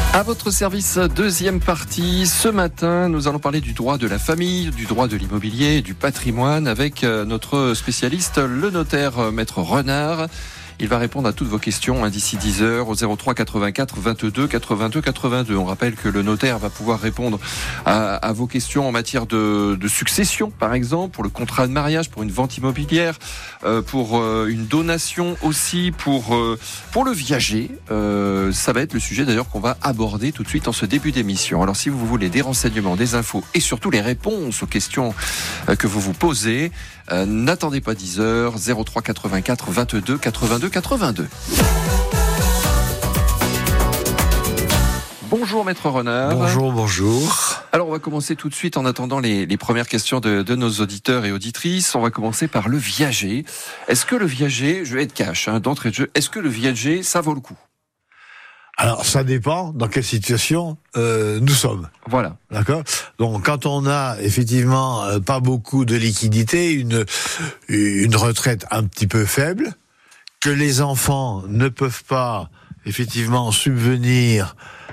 À votre service, deuxième partie. Ce matin, nous allons parler du droit de la famille, du droit de l'immobilier, du patrimoine avec notre spécialiste, le notaire Maître Renard. Il va répondre à toutes vos questions d'ici 10h au 03 84 22 82 82. On rappelle que le notaire va pouvoir répondre à vos questions en matière de succession, par exemple, pour le contrat de mariage, pour une vente immobilière, pour une donation aussi, pour le viager. Ça va être le sujet d'ailleurs qu'on va aborder tout de suite en ce début d'émission. Alors si vous voulez des renseignements, des infos et surtout les réponses aux questions que vous vous posez, n'attendez pas 10h, 03 84 22 82 82. Bonjour Maître Renard. Bonjour. Alors on va commencer tout de suite en attendant les premières questions de nos auditeurs et auditrices. On va commencer par le viager. Est-ce que le viager, je vais être cash d'entrée de jeu, est-ce que le viager ça vaut le coup ? Alors ça dépend dans quelle situation nous sommes. Voilà. D'accord. Donc quand on a effectivement pas beaucoup de liquidités, une retraite un petit peu faible, que les enfants ne peuvent pas effectivement subvenir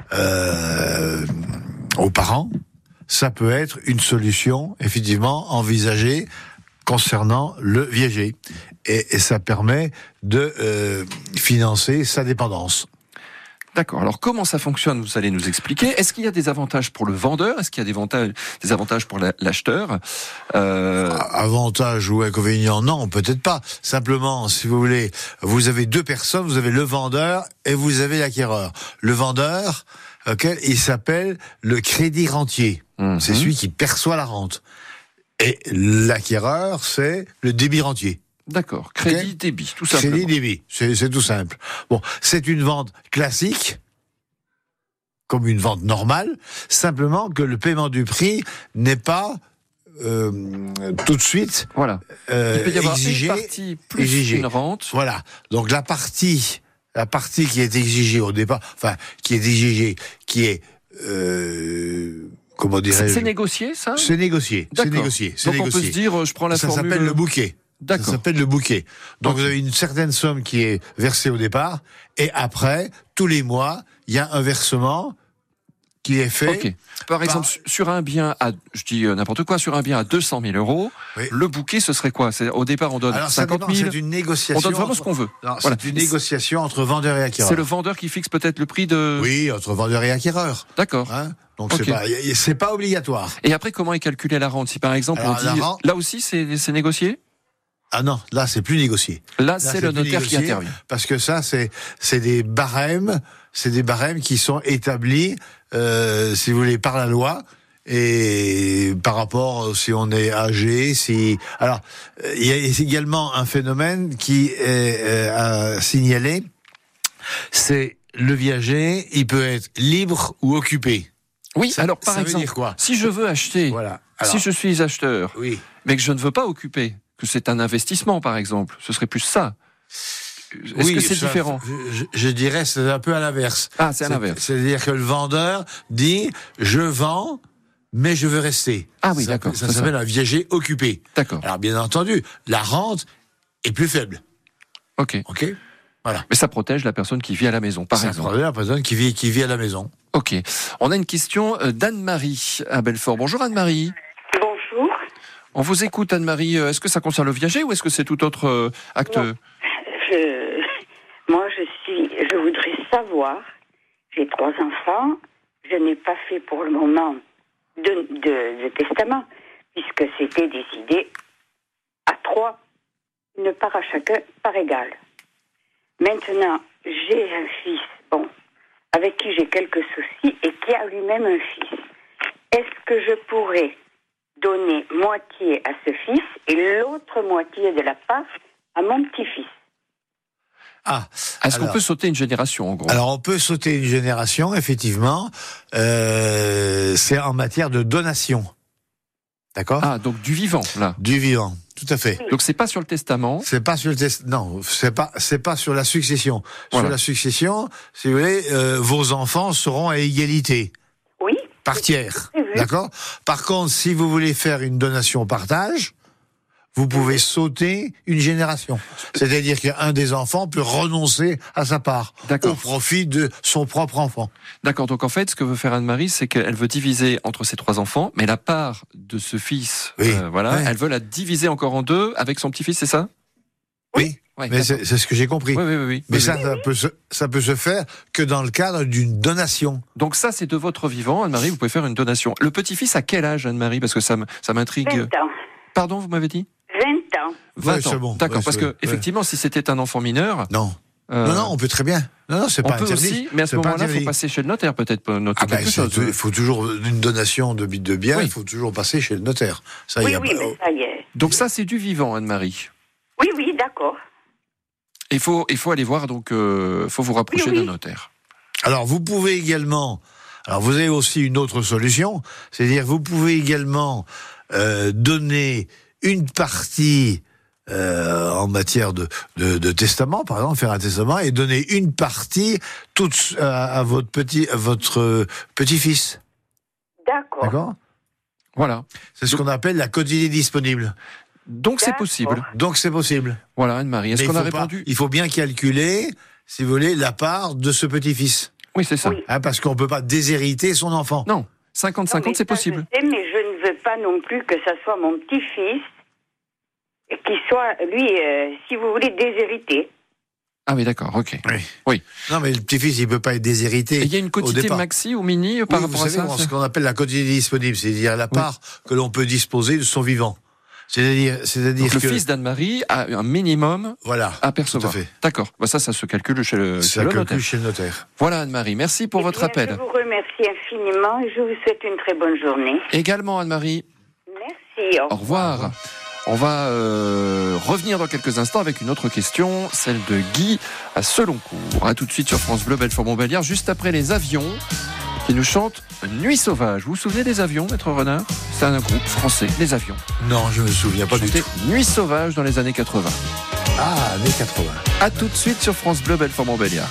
aux parents, ça peut être une solution effectivement envisagée concernant le viager. Et ça permet de financer sa dépendance. D'accord. Alors, comment ça fonctionne ? Vous allez nous expliquer. Est-ce qu'il y a des avantages pour le vendeur ? Est-ce qu'il y a des avantages pour l'acheteur ? Avantages ou inconvénients ? Non, peut-être pas. Simplement, si vous voulez, vous avez deux personnes, vous avez le vendeur et vous avez l'acquéreur. Le vendeur, il s'appelle le crédit rentier. C'est celui qui perçoit la rente. Et l'acquéreur, c'est le débit rentier. D'accord. Crédit, débit, tout simplement. Crédit, débit, c'est tout simple. Bon, c'est une vente classique, comme une vente normale, simplement que le paiement du prix n'est pas tout de suite voilà. Il peut y avoir exigé, une partie plus une rente. Voilà. Donc la partie qui est exigée au départ, enfin qui est exigée, qui est comment dirais-je ? C'est négocié, ça ? C'est négocié. D'accord. C'est négocié. Donc on peut se dire, je prends la formule. Ça s'appelle le bouquet. D'accord. Ça s'appelle le bouquet. Donc okay. Vous avez une certaine somme qui est versée au départ, et après, tous les mois, il y a un versement qui est fait. Okay. Par exemple, sur un bien je dis n'importe quoi, sur un bien à 200 000 euros, oui. Le bouquet, ce serait quoi ? Au départ, on donne 50 000. C'est une négociation. On donne vraiment ce qu'on veut. Non, voilà. C'est une négociation entre vendeur et acquéreur. C'est le vendeur qui fixe peut-être le prix de... Oui, entre vendeur et acquéreur. D'accord. Donc c'est pas obligatoire. Et après, comment est calculée la rente ? Si par exemple, on dit... Là aussi, c'est négocié ? Ah non, là c'est plus négocié. Là c'est le notaire qui intervient. Parce que ça c'est des barèmes, qui sont établis, si vous voulez, par la loi et par rapport si on est âgé, alors il y a également un phénomène qui est à signaler, c'est le viager, il peut être libre ou occupé. Oui, alors par exemple, si je veux acheter, si je suis acheteur, oui. Mais que je ne veux pas occuper, que c'est un investissement, par exemple. Ce serait plus ça. Est-ce que c'est différent ? Je dirais c'est un peu à l'inverse. Ah, c'est à l'inverse. C'est-à-dire que le vendeur dit « je vends, mais je veux rester ». Ah oui, d'accord. Ça s'appelle un viager occupé. D'accord. Alors, bien entendu, la rente est plus faible. Ok. Voilà. Mais ça protège la personne qui vit à la maison, par exemple. Ça protège la personne qui vit à la maison. Ok. On a une question d'Anne-Marie à Belfort. Bonjour Anne-Marie. Bonjour. On vous écoute Anne-Marie. Est-ce que ça concerne le viager ou est-ce que c'est tout autre acte ? Non. Je voudrais savoir, j'ai 3 enfants, je n'ai pas fait pour le moment de testament, puisque c'était décidé à 3, une part à chacun par égal. Maintenant, j'ai un fils, avec qui j'ai quelques soucis et qui a lui-même un fils. Est-ce que je pourrais donner moitié à ce fils et l'autre moitié de la part à mon petit-fils ? Est-ce qu'on peut sauter une génération, en gros ? Alors, on peut sauter une génération, effectivement. C'est en matière de donation. D'accord ? Ah, donc du vivant, là. Du vivant, tout à fait. Donc c'est pas sur le testament. C'est pas sur le non, c'est pas sur la succession. Voilà. Sur la succession, si vous voulez, vos enfants seront à égalité. Oui. Par tiers. D'accord ? Par contre, si vous voulez faire une donation au partage, vous pouvez sauter une génération. C'est-à-dire qu'un des enfants peut renoncer à sa part au profit de son propre enfant. D'accord, donc en fait, ce que veut faire Anne-Marie, c'est qu'elle veut diviser entre ses 3 enfants, mais la part de ce fils, elle veut la diviser encore en 2 avec son petit-fils, c'est ça ? Oui. Ouais, mais c'est ce que j'ai compris. Oui. Mais ça peut se faire que dans le cadre d'une donation. Donc ça, c'est de votre vivant, Anne-Marie, vous pouvez faire une donation. Le petit-fils, à quel âge, Anne-Marie ? Parce que ça m'intrigue. 20 ans. Pardon, vous m'avez dit ? 20 ans. 20 ans, c'est bon. D'accord, parce que effectivement, si c'était un enfant mineur... Non, on peut très bien. Non, c'est pas interdit. On peut aussi, mais à ce moment-là, il faut passer chez le notaire, peut-être, pour noter quelque chose. Il faut toujours, une donation de biens, il faut toujours passer chez le notaire. Ça, mais ça y est. Donc ça, c'est du vivant, Anne-Marie. Oui, d'accord. Il faut aller voir, donc, faut vous rapprocher d'un notaire. Alors, vous pouvez également, vous avez aussi une autre solution, c'est-à-dire, vous pouvez également donner une partie en matière de testament, par exemple, faire un testament et donner une partie toute à votre petit-fils. D'accord. Voilà. C'est ce qu'on appelle la quotidie disponible. Donc c'est possible. Voilà, Anne-Marie, est-ce qu'on a répondu ? Il faut bien calculer, si vous voulez, la part de ce petit-fils. Oui, c'est ça. Oui. Parce qu'on ne peut pas déshériter son enfant. Non, 50-50, c'est possible. Je sais, mais je ne veux pas non plus que ça soit mon petit-fils qui soit, lui, si vous voulez, déshérité. Ah oui, d'accord, ok. Oui. Non, mais le petit-fils, il ne peut pas être déshérité. Il y a une quotité maxi ou mini par rapport à ça ? Ce qu'on appelle la quotité disponible, c'est-à-dire la part que l'on peut disposer de son vivant. C'est-à-dire donc le fils d'Anne-Marie a un minimum à percevoir. Tout à fait. D'accord. Ça se calcule chez le notaire. Voilà, Anne-Marie. Merci pour votre appel. Je vous remercie infiniment et je vous souhaite une très bonne journée. Également, Anne-Marie. Merci. Au revoir. On va revenir dans quelques instants avec une autre question, celle de Guy à Seloncourt. À tout de suite sur France Bleu, Belfort-Montbéliard, juste après les avions qui nous chantent Nuit sauvage. Vous vous souvenez des avions, Maître Renard ? C'est un groupe français, les avions. Non, je me souviens pas du tout. Nuit sauvage dans les années 80. Ah, années 80. À tout de suite sur France Bleu, Belfort-Montbéliard.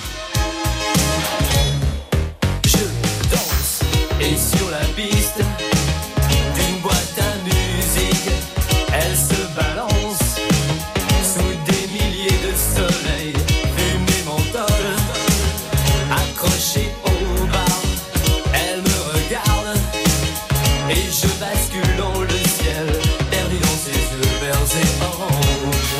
Je danse et sur la piste d'une boîte à musique, elle se balance sous des milliers de soleils, fumée menthol, accrochée au bar. Elle me regarde et je bascule dans le ciel, perdu dans ses yeux verts et orange.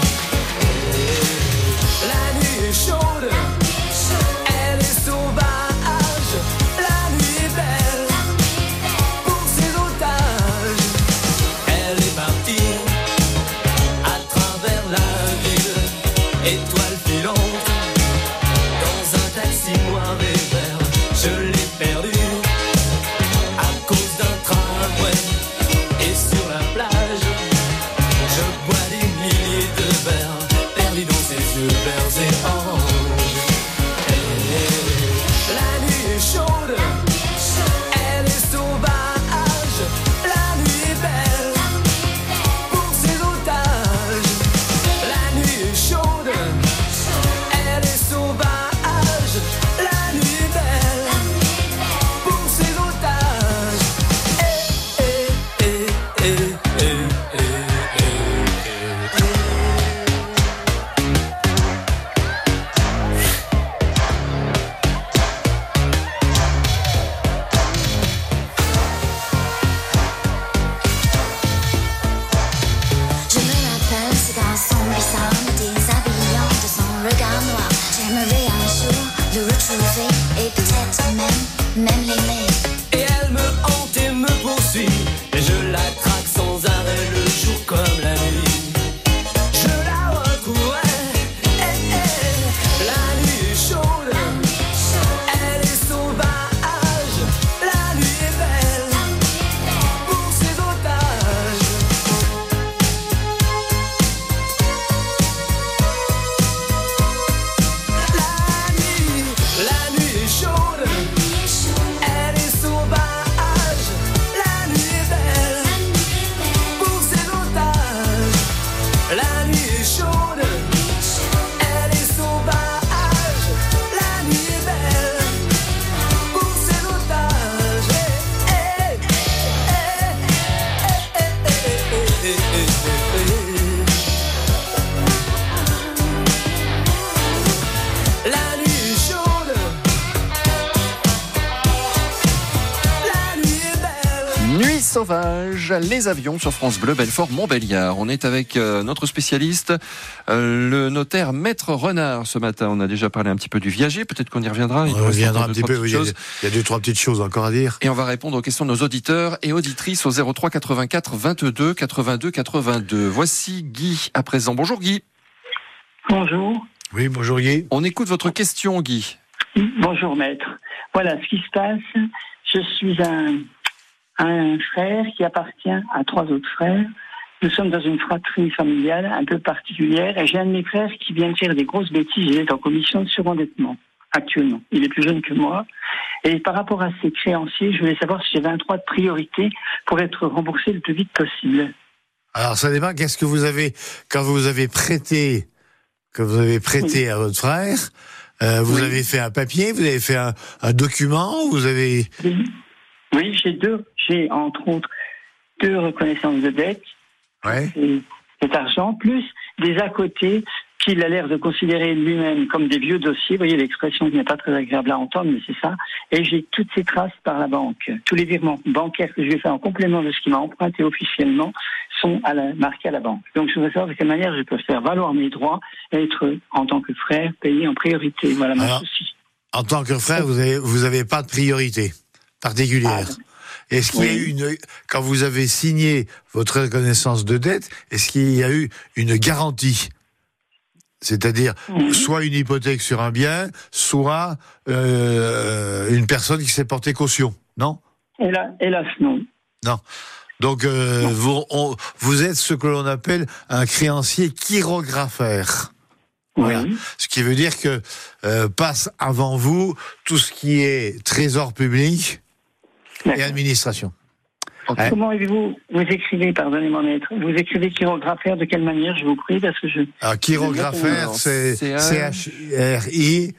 La nuit est chaude, elle est sauvage, la nuit est belle pour ses otages. Elle est partie à travers la ville, étoile filante, dans un taxi noir et vert. Je l'ai perdue à cause d'un tramway, et sur la plage, je bois des milliers de verres, perdu dans ses yeux verts et orange. La nuit est chaude, elle est sauvage, la nuit est belle pour ses otages. La nuit est chaude, elle est sauvage, la nuit est belle pour ses otages. Je me rappelle ce garçon bizarre me déshabillant de son regard noir. J'aimerais un jour le retrouver et peut-être même l'aimer. Et elle me hante et me poursuit, et je la traque sans arrêt le jour comme la nuit. Je la recourrai, la nuit est chaude, elle est sauvage, la nuit est belle pour ses otages. La nuit est chaude, elle sauvage, les avions sur France Bleu, Belfort-Montbéliard. On est avec notre spécialiste, le notaire Maître Renard ce matin. On a déjà parlé un petit peu du viager, peut-être qu'on y reviendra. On reviendra un petit peu, il y a 2-3 petites choses encore à dire. Et on va répondre aux questions de nos auditeurs et auditrices au 03 84 22 82 82. Voici Guy à présent. Bonjour Guy. Bonjour. Oui, bonjour Guy. On écoute votre question Guy. Bonjour maître. Voilà ce qui se passe. Je suis un frère qui appartient à 3 autres frères. Nous sommes dans une fratrie familiale un peu particulière et j'ai un de mes frères qui vient de faire des grosses bêtises. Il est en commission de surendettement actuellement. Il est plus jeune que moi. Et par rapport à ses créanciers, je voulais savoir si j'avais un droit de priorité pour être remboursé le plus vite possible. Alors ça dépend, qu'est-ce que vous avez, quand vous avez prêté oui. à votre frère, vous avez fait un papier, vous avez fait un document, vous avez... Oui, j'ai entre autres 2 reconnaissances de dette, ouais. Et cet argent, plus des à côté qu'il a l'air de considérer lui-même comme des vieux dossiers. Vous voyez l'expression qui n'est pas très agréable à entendre, mais c'est ça. Et j'ai toutes ces traces par la banque. Tous les virements bancaires que je vais faire en complément de ce qu'il m'a emprunté officiellement sont marqués à la banque. Donc je voudrais savoir de quelle manière je peux faire valoir mes droits et être, en tant que frère, payé en priorité. Voilà mon souci. En tant que frère, vous avez pas de priorité particulière. Est-ce qu'il y a eu quand vous avez signé votre reconnaissance de dette, est-ce qu'il y a eu une garantie? C'est-à-dire, soit une hypothèque sur un bien, soit une personne qui s'est portée caution, non? Hélas, non. Non. Donc, vous êtes ce que l'on appelle un créancier chirographaire. Voilà. Oui. Ce qui veut dire que passe avant vous tout ce qui est trésor public et administration. Okay. Comment vous écrivez, pardonnez-moi maître, vous écrivez chirographaire de quelle manière, je vous prie, parce que Alors, chirographaire, c'est C-H-R-I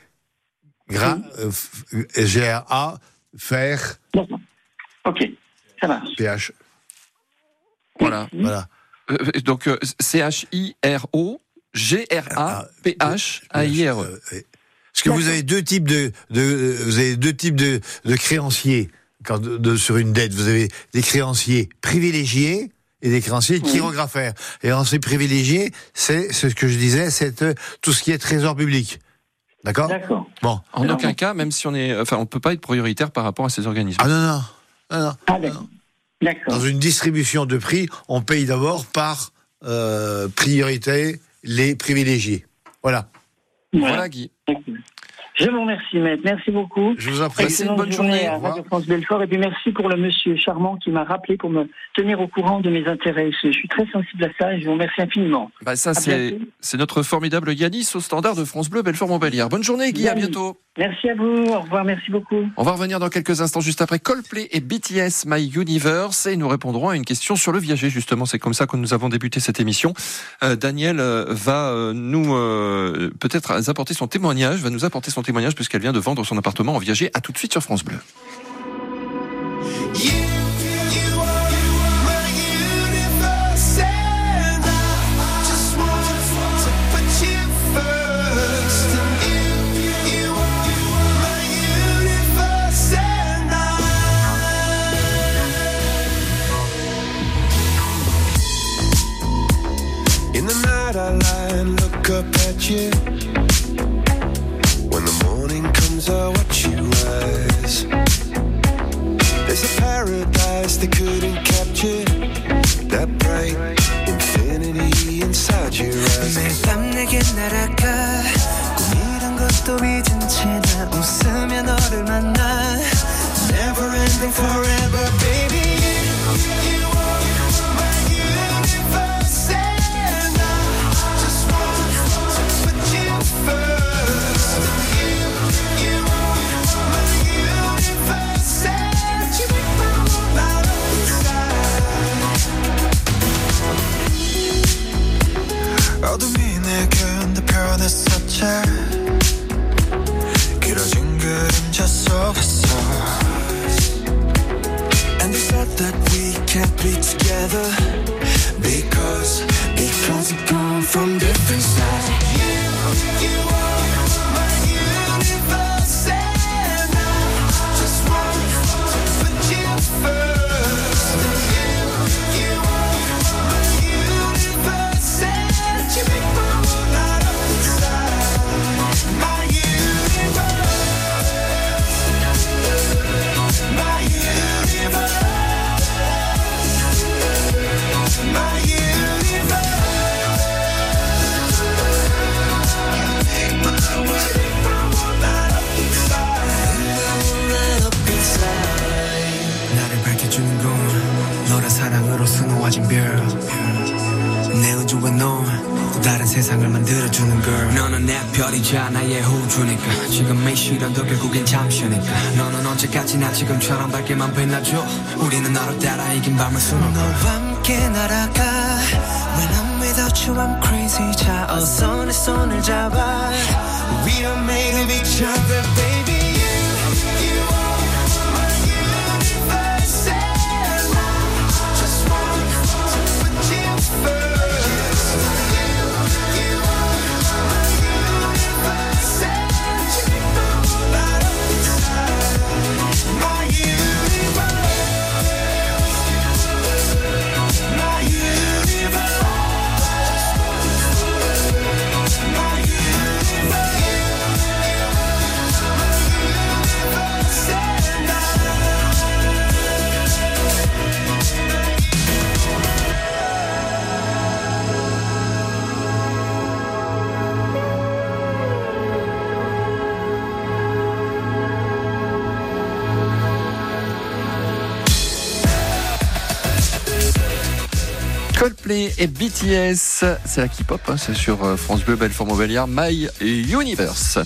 G-R-A faire. Ok, ça marche. P-H. Voilà. Donc C-H-I-R-O G-R-A-P-H-A-I-R-E. Parce que vous avez deux types de créanciers. Sur une dette, vous avez des créanciers privilégiés et des créanciers chirographaires. Et créanciers privilégiés, c'est ce que je disais, c'est tout ce qui est trésor public. D'accord. Bon. En aucun cas, même si on peut pas être prioritaire par rapport à ces organismes. Ah non. D'accord. Dans une distribution de prix, on paye d'abord par priorité les privilégiés. Voilà Guy. Je vous remercie, maître. Merci beaucoup. Je vous en prie. Une bonne journée à Radio France Belfort. Et puis merci pour le monsieur charmant qui m'a rappelé pour me tenir au courant de mes intérêts. Je suis très sensible à ça et je vous remercie infiniment. C'est notre formidable Yanis au standard de France Bleu Belfort-Montbéliard. Bonne journée, Guy. À bientôt. Merci à vous. Au revoir. Merci beaucoup. On va revenir dans quelques instants, juste après Coldplay et BTS My Universe, et nous répondrons à une question sur le viager. Justement, c'est comme ça que nous avons débuté cette émission. Daniel va nous peut-être apporter son témoignage, puisqu'elle vient de vendre son appartement en viager. À tout de suite sur France Bleu. In the night I lie and look up at you. When the morning comes I watch you rise. There's a paradise they couldn't capture. That bright infinity inside your eyes. 매일 밤 내게 날아가 꿈이란 것도 잊은 채 나 웃으며 너를 만나. Never ending forever baby. You are my universe and I just want to put you first. You are my universe and you make my world light up inside. 어둠이 내게 내 변했었지. 길어진 그림자 속에서 모아진 별 내 우주와 너 또 다른 세상을 만들어주는 girl 너는 내 별이자 나의 호주니까 지금의 시련도 결국엔 잠시니까 너는 언제까지나 지금처럼 밝게만 빛나줘 우리는 너를 따라 이긴 밤을 수놓고 너와 함께 날아가 When I'm without you I'm crazy 자 어서 내 손을 잡아 We are made of each other baby You are my universe and I just want to put you first Coldplay et BTS, c'est la K-pop, hein, c'est sur France Bleu Belfort-Montbéliard, My Universe.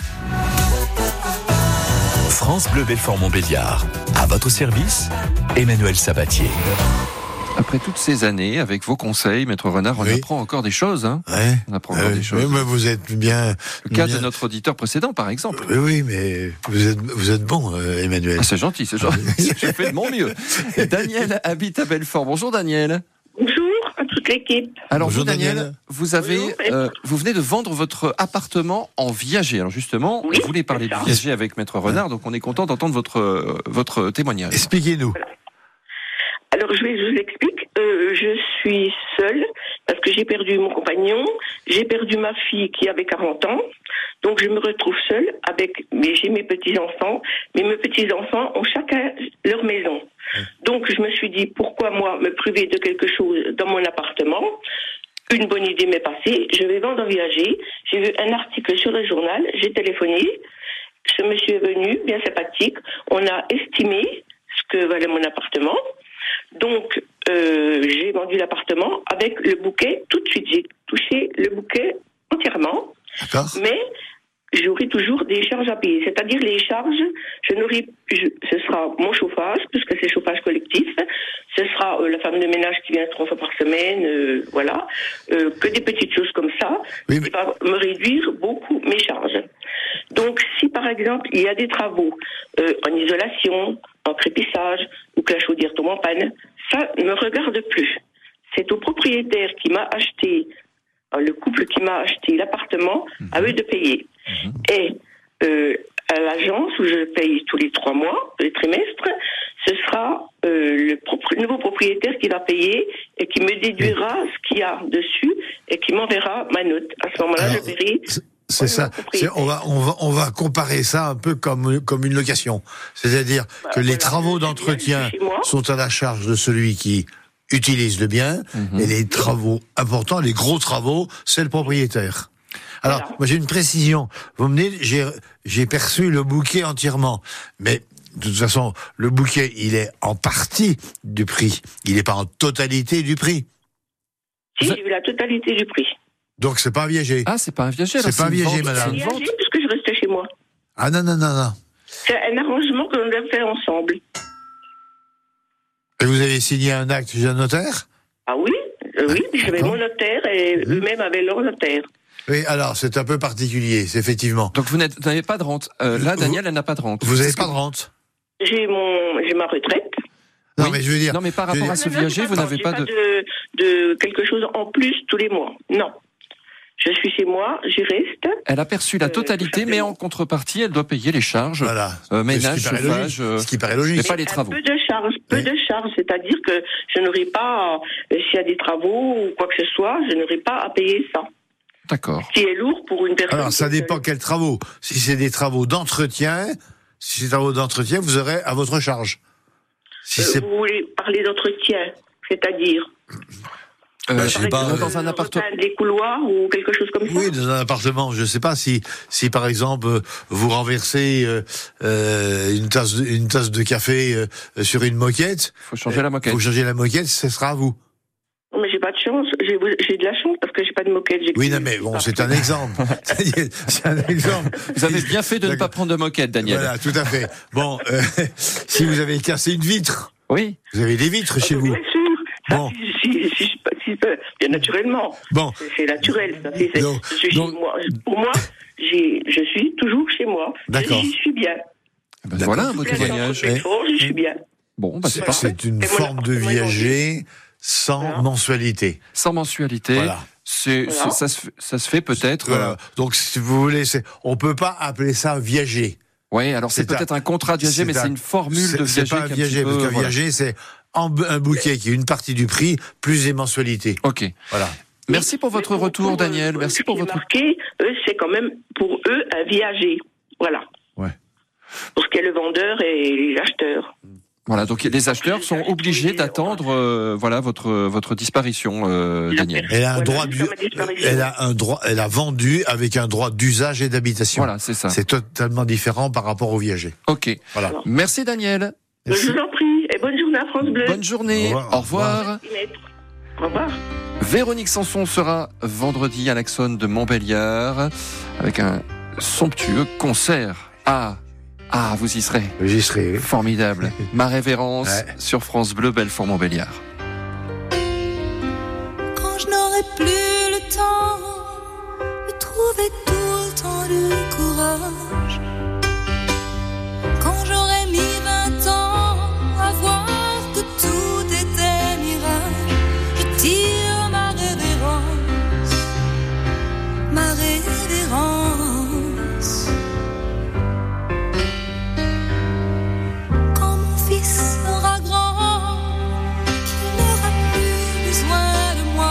France Bleu Belfort-Montbéliard, à votre service, Emmanuel Sabatier. Après toutes ces années, avec vos conseils, Maître Renard, on Oui. apprend encore des choses. Hein. Ouais. On apprend encore des choses. Oui, mais vous êtes bien. Le cas bien- de notre auditeur précédent, par exemple. Oui, mais vous êtes bon, Emmanuel. Ah, c'est gentil, c'est gentil. Je fais de mon mieux. Daniel habite à Belfort. Bonjour Daniel. Bonjour à toute l'équipe. Alors Bonjour, vous Daniel, Daniel. vous avez, Bonjour. vous venez de vendre votre appartement en viager. Alors justement, Oui, vous voulez parler c'est du ça. viager avec Maître Renard, donc on est content d'entendre votre témoignage. Expliquez-nous. Alors je vous explique. Je suis seule parce que j'ai perdu mon compagnon, j'ai perdu ma fille qui avait 40 ans, donc je me retrouve seule j'ai mes petits-enfants, mais mes petits-enfants ont chacun leur maison. Donc je me suis dit, pourquoi moi me priver de quelque chose dans mon appartement ? Une bonne idée m'est passée, je vais vendre en viager. J'ai vu un article sur le journal, j'ai téléphoné, ce monsieur est venu, bien sympathique, on a estimé ce que valait mon appartement. Donc, j'ai vendu l'appartement avec le bouquet tout de suite. J'ai touché le bouquet entièrement, D'accord. mais j'aurai toujours des charges à payer. C'est-à-dire les charges, ce sera mon chauffage, puisque c'est chauffage collectif. Ce sera la femme de ménage qui vient 3 fois par semaine, voilà. Que des petites choses comme ça, Oui, mais- qui va me réduire beaucoup mes charges. Donc, si par exemple, il y a des travaux en isolation, en crépissage, ou que la chaudière tombe en panne, ça ne me regarde plus. C'est au propriétaire qui m'a acheté, le couple qui m'a acheté l'appartement, à eux de payer. Et à l'agence où je paye tous les 3 mois, tous les trimestres, ce sera le nouveau propriétaire qui va payer et qui me déduira ce qu'il y a dessus et qui m'enverra ma note. À ce moment-là, Alors, je paierai. C'est ça. On va comparer ça un peu comme une location. C'est-à-dire que les voilà, travaux je sais d'entretien bien, je suis chez moi. sont à la charge de celui qui utilise le bien, et les travaux importants, les gros travaux, c'est le propriétaire. Alors, Voilà. moi j'ai une précision. Vous me dites, j'ai perçu le bouquet entièrement, mais de toute façon, le bouquet, il est en partie du prix. Il n'est pas en totalité du prix. Si, j'ai eu la totalité du prix. Donc c'est pas un viager. Ah, c'est pas un viager. C'est alors, pas un une viager, vente, madame. c'est une vente. Puisque je restais chez moi. Ah non, non, non, non. C'est un arrangement que l'on a fait ensemble. Et vous avez signé un acte chez un notaire? Ah oui, oui, j'avais d'accord. mon notaire et eux-mêmes avaient leur notaire. Oui, alors c'est un peu particulier, c'est effectivement. Donc vous n'avez pas de rente. Là, Daniel, elle n'a pas de rente. Vous n'avez Est-ce pas que- de rente? J'ai ma retraite. Non, Oui. mais je veux dire. Non, mais par je veux rapport à dire- ce viager, vous n'avez J'ai pas de... de quelque chose en plus tous les mois. Non. Je suis chez moi, j'y reste. Elle a perçu la totalité, mais en contrepartie, elle doit payer les charges. Voilà. Ménage, Ce qui paraît chauffage, logique. Ce qui paraît logique. mais pas les travaux. Peu de charges, Oui. c'est-à-dire que je n'aurai pas, s'il y a des travaux ou quoi que ce soit, je n'aurai pas à payer ça. D'accord. Ce qui est lourd pour une personne. Alors, ça dépend quels travaux. Si c'est des travaux d'entretien, vous aurez à votre charge. Si c'est Vous voulez parler d'entretien, c'est-à-dire je sais pas, dans un appartement. repeindre des couloirs ou quelque chose comme ça. oui, dans un appartement, je sais pas si par exemple vous renversez une tasse de café sur une moquette, Faut changer la moquette. Faut changer la moquette, ce sera à vous. pas de chance. J'ai de la chance parce que j'ai pas de moquette. Oui, non, mais bon, c'est un exemple. C'est un exemple. Vous avez bien fait de ne pas prendre de moquette, Daniel. Voilà, tout à fait. Bon, si vous avez cassé une vitre. Oui. Vous avez des vitres chez vous. Bien sûr. Bon. Bien naturellement. Bon. C'est naturel. Ça. Donc, je suis chez moi. Pour moi, je suis toujours chez moi. D'accord. J'y suis bien. Ben voilà un beau témoignage. Je suis bien. Bon, bah c'est parfait. C'est une forme de viager sans mensualité. Sans mensualité. Voilà. Ça se fait peut-être. Voilà. Donc, si vous voulez, on peut pas appeler ça viager. Oui, alors c'est peut-être un contrat de viager, mais c'est une formule de viager. C'est pas un viager, parce qu'un viager, c'est un bouquet qui est une partie du prix, plus les mensualités. Ok. Voilà. Merci pour votre retour, Daniel. Merci pour votre... Marqué, eux, c'est quand même, pour eux, un viager. Voilà. Ouais. Pour ce qui est le vendeur et les acheteurs. Voilà, donc les acheteurs sont obligés d'attendre votre disparition, Daniel. Elle a elle a vendu avec un droit d'usage et d'habitation. Voilà, c'est ça. C'est totalement différent par rapport au viager. Ok. Voilà. Merci, Daniel. Je vous en prie, et bonne journée à France Bleu. Bonne journée. Au revoir. Au revoir. Véronique Sanson sera vendredi à l'Axone de Montbéliard avec un somptueux concert. Ah, vous y serez. J'y serai. Oui. Formidable. Ma révérence sur France Bleu, Belfort-Montbéliard. Quand je n'aurai plus le temps de trouver tout le temps du courage, quand j'aurai mis 20 ans à voir que tout était mirage, je tire ma révérence, ma révérence. Quand mon fils sera grand, qu'il n'aura plus besoin de moi,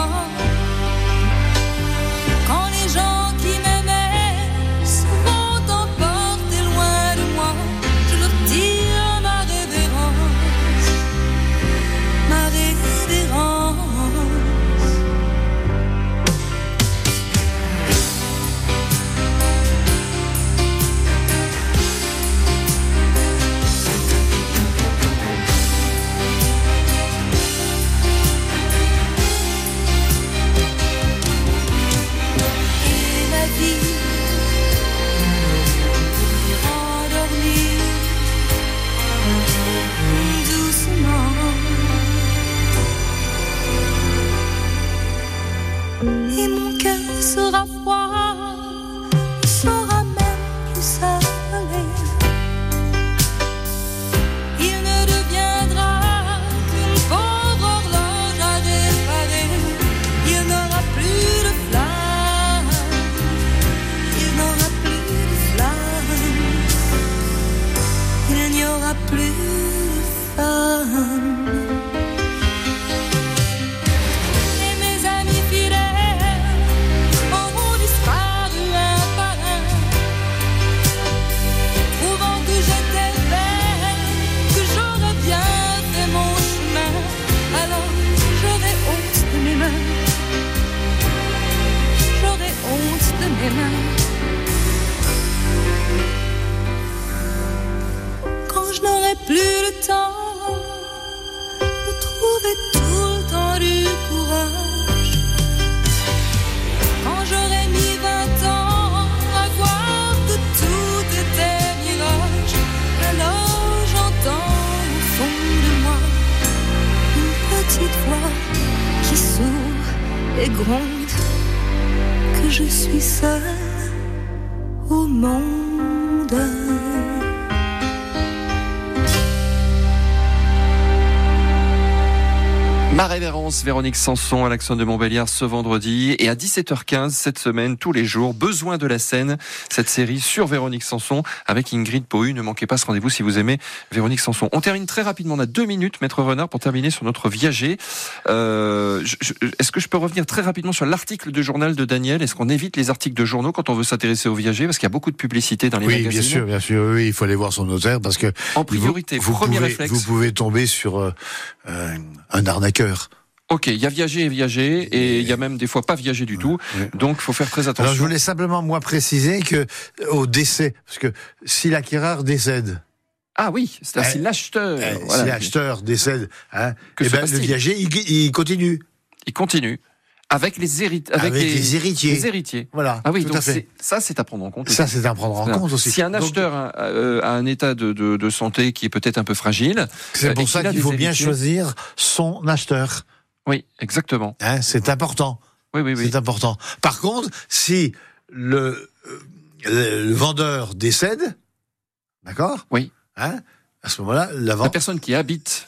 quand les gens qui m'aimaient seront emportés loin de moi, je leur tire ma révérence, ma révérence. Et la vie endormie doucement, et mon cœur sera froid, ne sera même plus salé. Il ne deviendra qu'une pauvre horloge à réparer. Il n'aura plus de flamme, il n'aura plus de flamme, il n'y aura plus de femme. Et mes amis fidèles auront disparu un par un, trouvant que j'étais belle, que j'aurais bien fait mon chemin. Alors j'aurai honte de mes mains, j'aurai honte de mes mains. Quand je n'aurai plus le temps de trouver tout le temps du courage, quand j'aurai mis 20 ans à voir que tout était mirage, alors j'entends au fond de moi une petite voix qui sourit et gronde que je suis seule au monde. Ma révérence, Véronique Sanson à l'Axone de Montbéliard ce vendredi et à 17h15 cette semaine, tous les jours, Besoin de la scène, cette série sur Véronique Sanson avec Ingrid Pohu. Ne manquez pas ce rendez-vous si vous aimez Véronique Sanson. On termine très rapidement, on a 2 minutes, Maître Renard, pour terminer sur notre viager. Est-ce que je peux revenir très rapidement sur l'article de journal de Daniel? Est-ce qu'on évite les articles de journaux quand on veut s'intéresser au viager? Parce qu'il y a beaucoup de publicité dans les magazines. Oui, bien sûr, oui, il faut aller voir son notaire parce que en priorité, réflexe. Vous pouvez tomber sur un arnaqueur. Ok, il y a viager et viager, et il y a même des fois pas viager du tout, donc il faut faire très attention. Alors je voulais simplement moi préciser que au décès, parce que si l'acquéreur décède, ah oui, c'est-à-dire si l'acheteur, si l'acheteur décède, le passe-t-il viager il continue. Il continue. Avec les héritiers. les héritiers. Les héritiers. Voilà. Ah oui, tout donc à fait. ça, c'est à prendre en compte. Ça, c'est à prendre en compte aussi. Si un Donc, acheteur a un état de santé qui est peut-être un peu fragile, c'est pour et ça qu'il a qu'il des faut bien héritiers- choisir son acheteur. Oui, exactement. Hein, c'est important. Oui. C'est important. Par contre, si le vendeur décède, d'accord? Oui. Hein, à ce moment-là, La personne qui habite.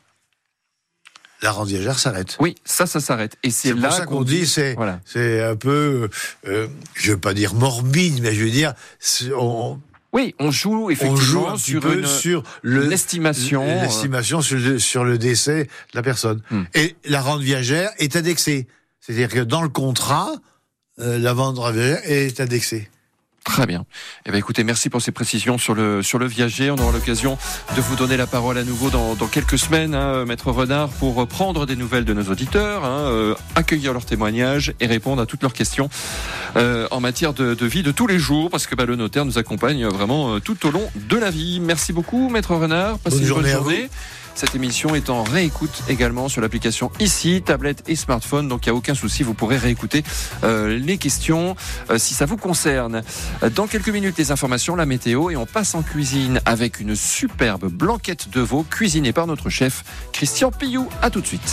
la rente viagère s'arrête. Oui, ça s'arrête. Et c'est C'est là pour ça qu'on dit, c'est un peu, je veux pas dire morbide, mais je veux dire, oui, on joue effectivement un petit sur peu une estimation. L'estimation sur le décès de la personne. Et la rente viagère est indexée. C'est-à-dire que dans le contrat, la vente viagère est indexée. Très bien. Eh bien, écoutez, merci pour ces précisions sur le viager. On aura l'occasion de vous donner la parole à nouveau dans quelques semaines, Maître Renard, pour prendre des nouvelles de nos auditeurs, accueillir leurs témoignages et répondre à toutes leurs questions en matière de vie de tous les jours, parce que le notaire nous accompagne vraiment tout au long de la vie. Merci beaucoup, Maître Renard. Passez une bonne journée. Cette émission est en réécoute également sur l'application ici, tablette et smartphone, donc il n'y a aucun souci, vous pourrez réécouter les questions si ça vous concerne. Dans quelques minutes, les informations, la météo, et on passe en cuisine avec une superbe blanquette de veau cuisinée par notre chef Christian Pillou. À tout de suite.